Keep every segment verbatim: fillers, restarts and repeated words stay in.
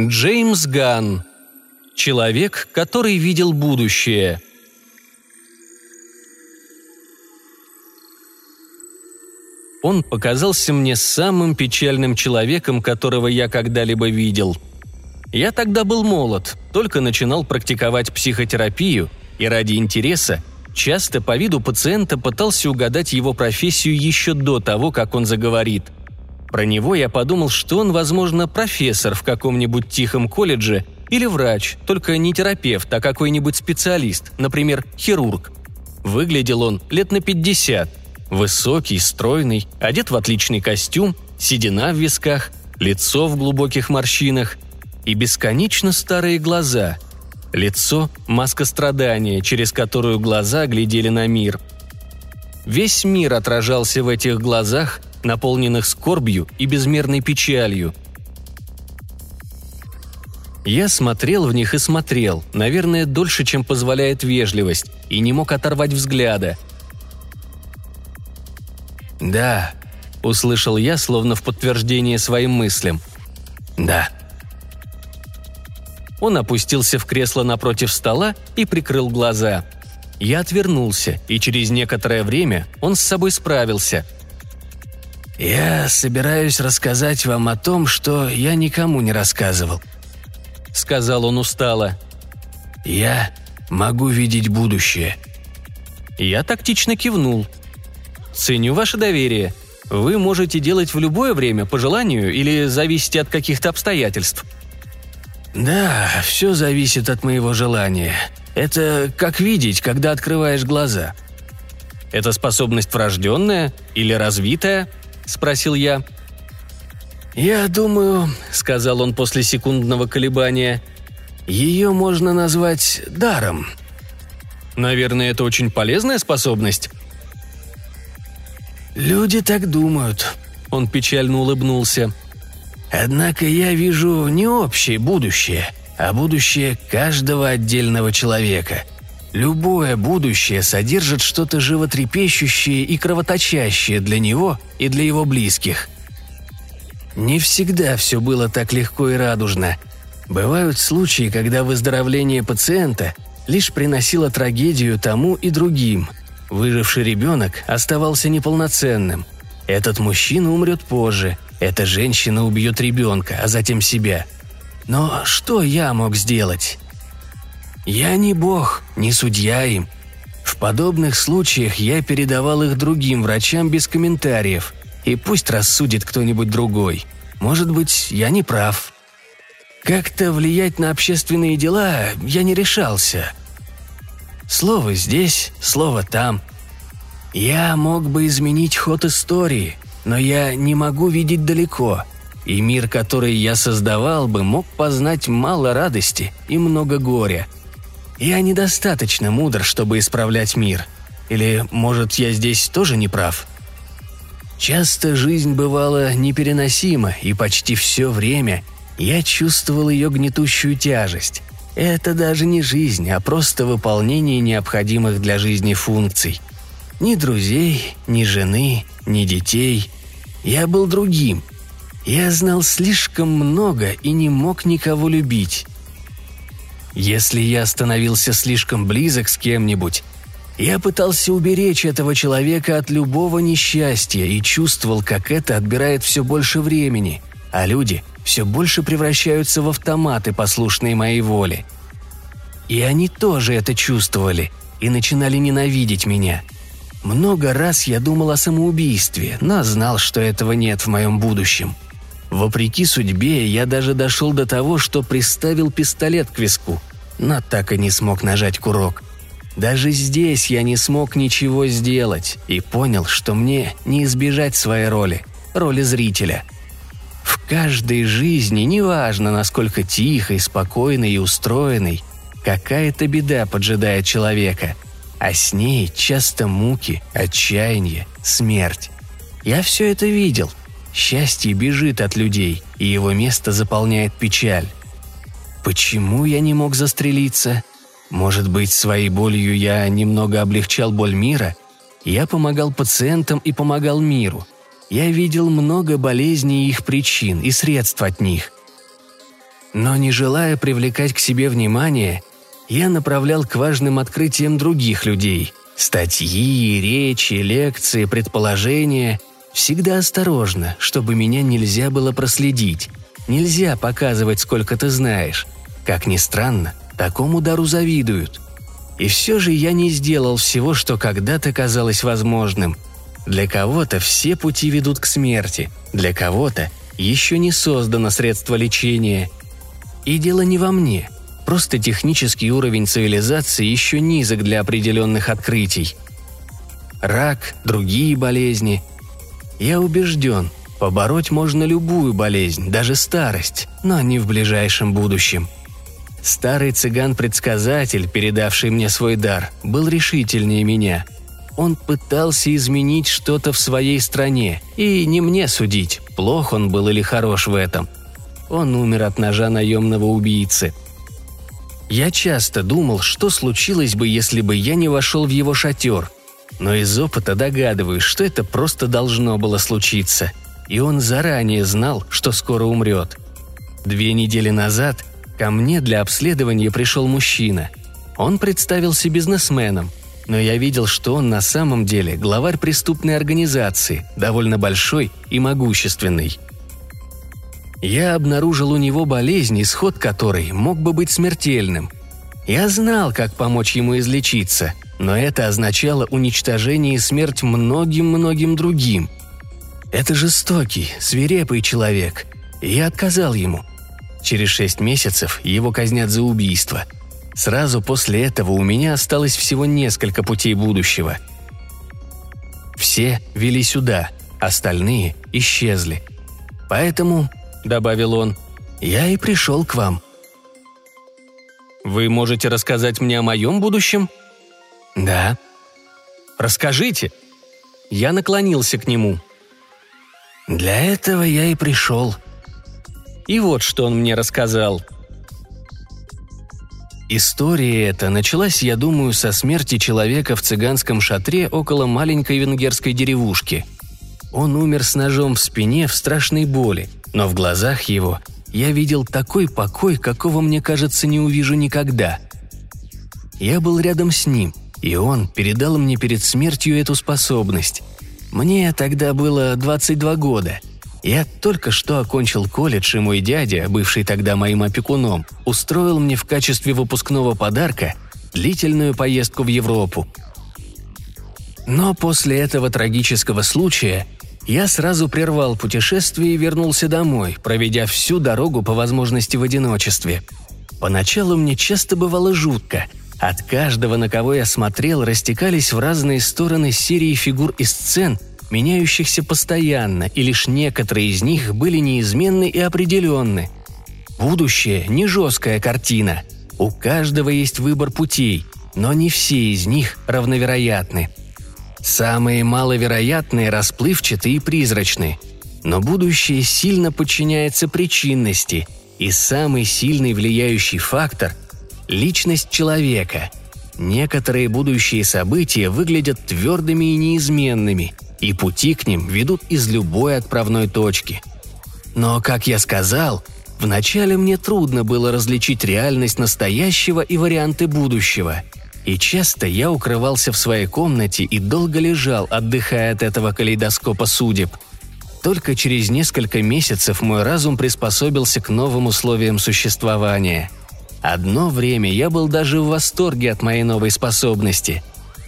Джеймс Ганн. Человек, который видел будущее. Он показался мне самым печальным человеком, которого я когда-либо видел. Я тогда был молод, только начинал практиковать психотерапию и ради интереса часто по виду пациента пытался угадать его профессию еще до того, как он заговорит. Про него я подумал, что он, возможно, профессор в каком-нибудь тихом колледже или врач, только не терапевт, а какой-нибудь специалист, например, хирург. Выглядел он лет на пятьдесят. Высокий, стройный, одет в отличный костюм, седина в висках, лицо в глубоких морщинах и бесконечно старые глаза. Лицо – маска страдания, через которую глаза глядели на мир. Весь мир отражался в этих глазах, наполненных скорбью и безмерной печалью. Я смотрел в них и смотрел, наверное, дольше, чем позволяет вежливость, и не мог оторвать взгляда. «Да», — услышал я, словно в подтверждение своим мыслям. «Да». Он опустился в кресло напротив стола и прикрыл глаза. Я отвернулся, и через некоторое время он с собой справился. «Я собираюсь рассказать вам о том, что я никому не рассказывал», — сказал он устало. «Я могу видеть будущее». Я тактично кивнул. «Ценю ваше доверие. Вы можете делать в любое время, по желанию, или зависите от каких-то обстоятельств?» «Да, все зависит от моего желания. Это как видеть, когда открываешь глаза». «Это способность врожденная или развитая?» – спросил я. «Я думаю, – сказал он после секундного колебания, – ее можно назвать даром». «Наверное, это очень полезная способность?» «Люди так думают», – он печально улыбнулся. «Однако я вижу не общее будущее, а будущее каждого отдельного человека. Любое будущее содержит что-то животрепещущее и кровоточащее для него и для его близких. Не всегда все было так легко и радужно. Бывают случаи, когда выздоровление пациента лишь приносило трагедию тому и другим. Выживший ребенок оставался неполноценным. Этот мужчина умрет позже, эта женщина убьет ребенка, а затем себя. Но что я мог сделать? Я не бог, не судья им. В подобных случаях я передавал их другим врачам без комментариев, и пусть рассудит кто-нибудь другой. Может быть, я не прав. Как-то влиять на общественные дела я не решался. Слово здесь, слово там. Я мог бы изменить ход истории, но я не могу видеть далеко, и мир, который я создавал бы, мог познать мало радости и много горя. Я недостаточно мудр, чтобы исправлять мир. Или, может, я здесь тоже не прав? Часто жизнь бывала непереносима, и почти все время я чувствовал ее гнетущую тяжесть. Это даже не жизнь, а просто выполнение необходимых для жизни функций. Ни друзей, ни жены, ни детей. Я был другим. Я знал слишком много и не мог никого любить. Если я становился слишком близок с кем-нибудь, я пытался уберечь этого человека от любого несчастья и чувствовал, как это отбирает все больше времени, а люди все больше превращаются в автоматы, послушные моей воле. И они тоже это чувствовали и начинали ненавидеть меня. Много раз я думал о самоубийстве, но знал, что этого нет в моем будущем. Вопреки судьбе, я даже дошел до того, что приставил пистолет к виску, но так и не смог нажать курок. Даже здесь я не смог ничего сделать и понял, что мне не избежать своей роли, роли зрителя. В каждой жизни, неважно, насколько тихой, спокойной и устроенной, какая-то беда поджидает человека, а с ней часто муки, отчаяние, смерть. Я все это видел. Счастье бежит от людей, и его место заполняет печаль. Почему я не мог застрелиться? Может быть, своей болью я немного облегчал боль мира? Я помогал пациентам и помогал миру. Я видел много болезней и их причин, и средств от них. Но не желая привлекать к себе внимание, я направлял к важным открытиям других людей. Статьи, речи, лекции, предположения. Всегда осторожно, чтобы меня нельзя было проследить. Нельзя показывать, сколько ты знаешь. Как ни странно, такому дару завидуют. И все же я не сделал всего, что когда-то казалось возможным. Для кого-то все пути ведут к смерти, для кого-то еще не создано средство лечения. И дело не во мне, просто технический уровень цивилизации еще низок для определенных открытий. Рак, другие болезни. Я убежден, побороть можно любую болезнь, даже старость, но не в ближайшем будущем. Старый цыган-предсказатель, передавший мне свой дар, был решительнее меня. Он пытался изменить что-то в своей стране, и не мне судить, плох он был или хорош в этом. Он умер от ножа наемного убийцы. Я часто думал, что случилось бы, если бы я не вошел в его шатер, но из опыта догадываюсь, что это просто должно было случиться, и он заранее знал, что скоро умрет. Две недели назад ко мне для обследования пришел мужчина. Он представился бизнесменом, но я видел, что он на самом деле главарь преступной организации, довольно большой и могущественный. Я обнаружил у него болезнь, исход которой мог бы быть смертельным. Я знал, как помочь ему излечиться, но это означало уничтожение и смерть многим-многим другим. Это жестокий, свирепый человек, и я отказал ему. Через шесть месяцев его казнят за убийство. Сразу после этого у меня осталось всего несколько путей будущего. Все вели сюда, остальные исчезли. Поэтому, — добавил он, — я и пришел к вам. Вы можете рассказать мне о моем будущем? Да. Расскажите. Я наклонился к нему. Для этого я и пришел. И вот что он мне рассказал. История эта началась, я думаю, со смерти человека в цыганском шатре около маленькой венгерской деревушки. Он умер с ножом в спине в страшной боли, но в глазах его я видел такой покой, какого, мне кажется, не увижу никогда. Я был рядом с ним, и он передал мне перед смертью эту способность. Мне тогда было двадцать два года. Я только что окончил колледж, и мой дядя, бывший тогда моим опекуном, устроил мне в качестве выпускного подарка длительную поездку в Европу. Но после этого трагического случая я сразу прервал путешествие и вернулся домой, проведя всю дорогу по возможности в одиночестве. Поначалу мне часто бывало жутко. От каждого, на кого я смотрел, растекались в разные стороны серии фигур и сцен, меняющихся постоянно, и лишь некоторые из них были неизменны и определенны. Будущее – не жесткая картина. У каждого есть выбор путей, но не все из них равновероятны. Самые маловероятные расплывчаты и призрачны. Но будущее сильно подчиняется причинности, и самый сильный влияющий фактор – личность человека. Некоторые будущие события выглядят твердыми и неизменными, и пути к ним ведут из любой отправной точки. Но, как я сказал, вначале мне трудно было различить реальность настоящего и варианты будущего. И часто я укрывался в своей комнате и долго лежал, отдыхая от этого калейдоскопа судеб. Только через несколько месяцев мой разум приспособился к новым условиям существования. Одно время я был даже в восторге от моей новой способности.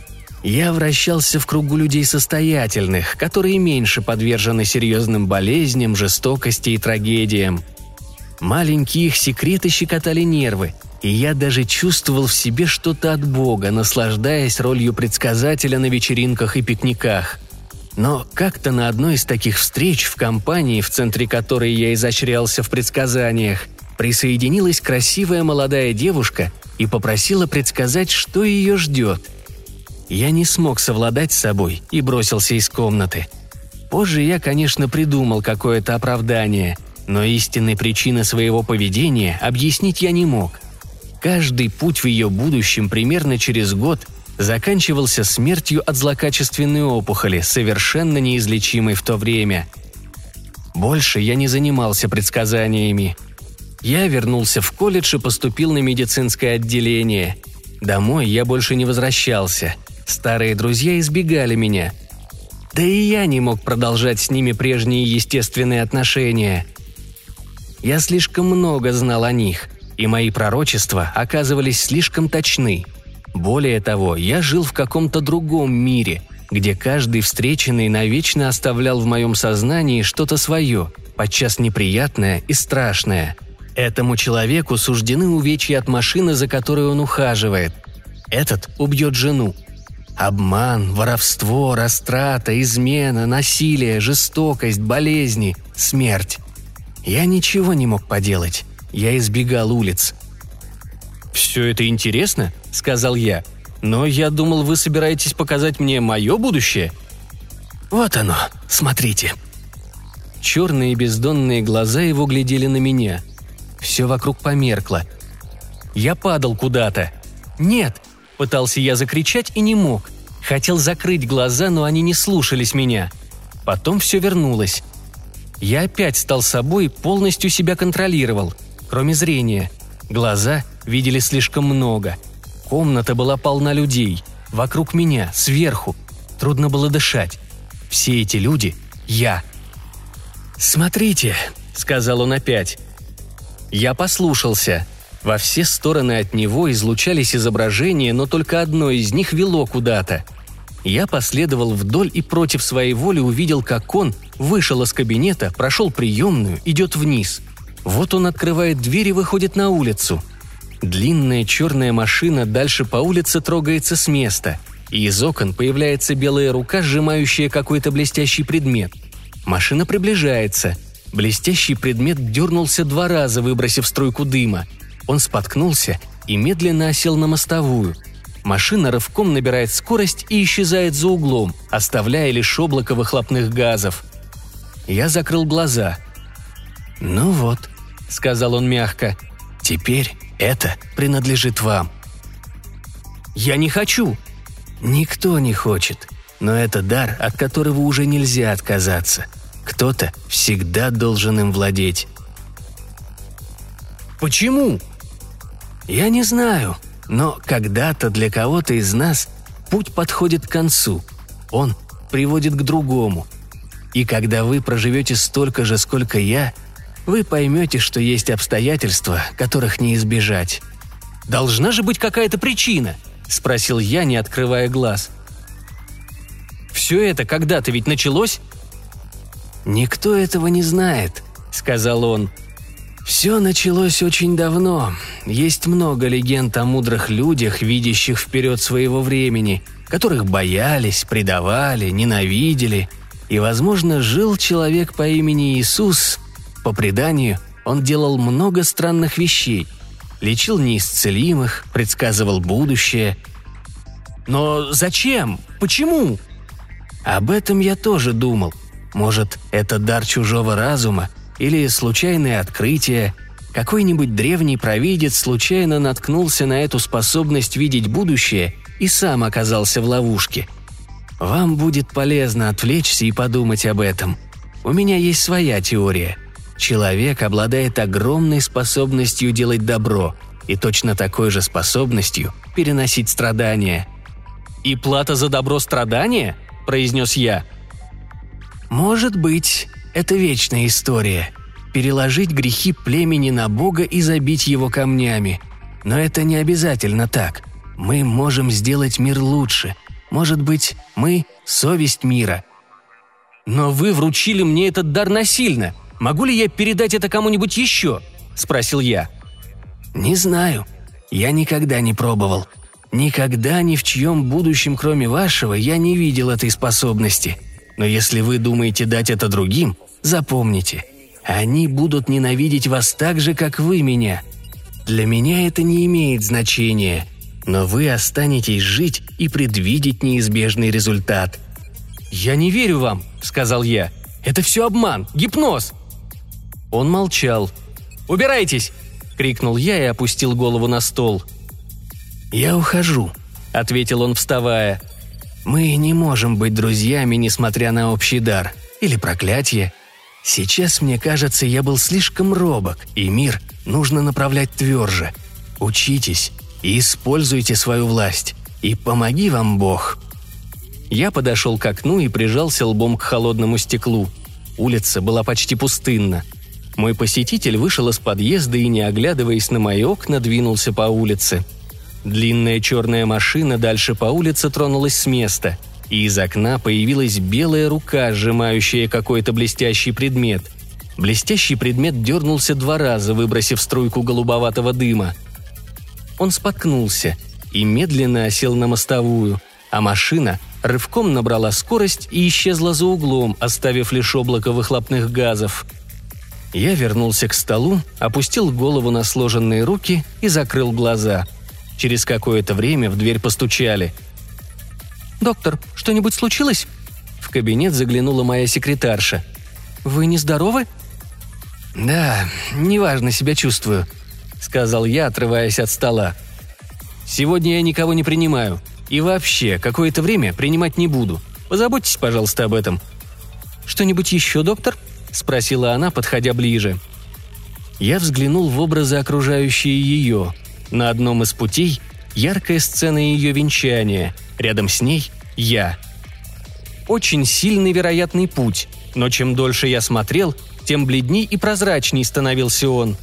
Я вращался в кругу людей состоятельных, которые меньше подвержены серьезным болезням, жестокости и трагедиям. Маленькие их секреты щекотали нервы, и я даже чувствовал в себе что-то от Бога, наслаждаясь ролью предсказателя на вечеринках и пикниках. Но как-то на одной из таких встреч в компании, в центре которой я изощрялся в предсказаниях, присоединилась красивая молодая девушка и попросила предсказать, что ее ждет. Я не смог совладать с собой и бросился из комнаты. Позже я, конечно, придумал какое-то оправдание, но истинной причины своего поведения объяснить я не мог. Каждый путь в ее будущем примерно через год заканчивался смертью от злокачественной опухоли, совершенно неизлечимой в то время. Больше я не занимался предсказаниями. Я вернулся в колледж и поступил на медицинское отделение. Домой я больше не возвращался. Старые друзья избегали меня. Да и я не мог продолжать с ними прежние естественные отношения. Я слишком много знал о них, и мои пророчества оказывались слишком точны. Более того, я жил в каком-то другом мире, где каждый встреченный навечно оставлял в моем сознании что-то свое, подчас неприятное и страшное. Этому человеку суждены увечья от машины, за которой он ухаживает. Этот убьет жену. Обман, воровство, растрата, измена, насилие, жестокость, болезни, смерть. Я ничего не мог поделать. Я избегал улиц. «Все это интересно», — сказал я. «Но я думал, вы собираетесь показать мне мое будущее». «Вот оно, смотрите». Черные бездонные глаза его глядели на меня. Все вокруг померкло. Я падал куда-то. «Нет!» – пытался я закричать и не мог. Хотел закрыть глаза, но они не слушались меня. Потом все вернулось. Я опять стал собой, полностью себя контролировал, кроме зрения. Глаза видели слишком много. Комната была полна людей. Вокруг меня, сверху. Трудно было дышать. Все эти люди – я. «Смотрите», – сказал он опять. Я послушался. Во все стороны от него излучались изображения, но только одно из них вело куда-то. Я последовал вдоль и против своей воли увидел, как он вышел из кабинета, прошел приемную, идет вниз. Вот он открывает дверь и выходит на улицу. Длинная черная машина дальше по улице трогается с места, и из окон появляется белая рука, сжимающая какой-то блестящий предмет. Машина приближается. Блестящий предмет дернулся два раза, выбросив струйку дыма. Он споткнулся и медленно осел на мостовую. Машина рывком набирает скорость и исчезает за углом, оставляя лишь облако выхлопных газов. Я закрыл глаза. «Ну вот», — сказал он мягко, — «теперь это принадлежит вам». «Я не хочу». «Никто не хочет, но это дар, от которого уже нельзя отказаться. Кто-то всегда должен им владеть». «Почему?» «Я не знаю, но когда-то для кого-то из нас путь подходит к концу. Он приводит к другому. И когда вы проживете столько же, сколько я, вы поймете, что есть обстоятельства, которых не избежать». «Должна же быть какая-то причина», – спросил я, не открывая глаз. «Все это когда-то ведь началось?» «Никто этого не знает», — сказал он. «Все началось очень давно. Есть много легенд о мудрых людях, видящих вперед своего времени, которых боялись, предавали, ненавидели. И, возможно, жил человек по имени Иисус. По преданию, он делал много странных вещей. Лечил неисцелимых, предсказывал будущее». «Но зачем? Почему?» «Об этом я тоже думал. Может, это дар чужого разума или случайное открытие. Какой-нибудь древний провидец случайно наткнулся на эту способность видеть будущее и сам оказался в ловушке. Вам будет полезно отвлечься и подумать об этом. У меня есть своя теория. Человек обладает огромной способностью делать добро и точно такой же способностью переносить страдания». «И плата за добро – страдания?» – произнес я. «Может быть, это вечная история. Переложить грехи племени на Бога и забить его камнями. Но это не обязательно так. Мы можем сделать мир лучше. Может быть, мы – совесть мира». «Но вы вручили мне этот дар насильно. Могу ли я передать это кому-нибудь еще?» – спросил я. «Не знаю. Я никогда не пробовал. Никогда ни в чьем будущем, кроме вашего, я не видел этой способности. Но если вы думаете дать это другим, запомните, они будут ненавидеть вас так же, как вы меня. Для меня это не имеет значения, но вы останетесь жить и предвидеть неизбежный результат». «Я не верю вам», — сказал я. «Это все обман, гипноз». Он молчал. «Убирайтесь!» — крикнул я и опустил голову на стол. «Я ухожу», — ответил он, вставая. «Мы не можем быть друзьями, несмотря на общий дар. Или проклятие. Сейчас, мне кажется, я был слишком робок, и мир нужно направлять тверже. Учитесь и используйте свою власть, и помоги вам Бог». Я подошел к окну и прижался лбом к холодному стеклу. Улица была почти пустынна. Мой посетитель вышел из подъезда и, не оглядываясь на мои окна, двинулся по улице. Длинная черная машина дальше по улице тронулась с места, и из окна появилась белая рука, сжимающая какой-то блестящий предмет. Блестящий предмет дернулся два раза, выбросив струйку голубоватого дыма. Он споткнулся и медленно осел на мостовую, а машина рывком набрала скорость и исчезла за углом, оставив лишь облако выхлопных газов. Я вернулся к столу, опустил голову на сложенные руки и закрыл глаза. Через какое-то время в дверь постучали. «Доктор, что-нибудь случилось?» В кабинет заглянула моя секретарша. «Вы нездоровы?» «Да, неважно себя чувствую», — сказал я, отрываясь от стола. «Сегодня я никого не принимаю. И вообще, какое-то время принимать не буду. Позаботьтесь, пожалуйста, об этом». «Что-нибудь еще, доктор?» – спросила она, подходя ближе. Я взглянул в образы, окружающие ее. На одном из путей – яркая сцена ее венчания, рядом с ней – я. Очень сильный вероятный путь, но чем дольше я смотрел, тем бледней и прозрачней становился он.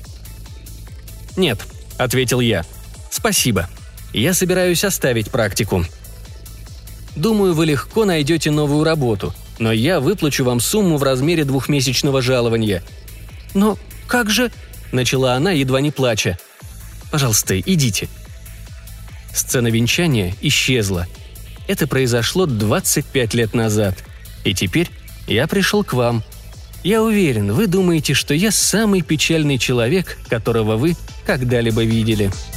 «Нет», – ответил я. «Спасибо. Я собираюсь оставить практику. Думаю, вы легко найдете новую работу, но я выплачу вам сумму в размере двухмесячного жалования». «Но как же...» – начала она, едва не плача. «Пожалуйста, идите». Сцена венчания исчезла. Это произошло двадцать пять лет назад. И теперь я пришел к вам. Я уверен, вы думаете, что я самый печальный человек, которого вы когда-либо видели».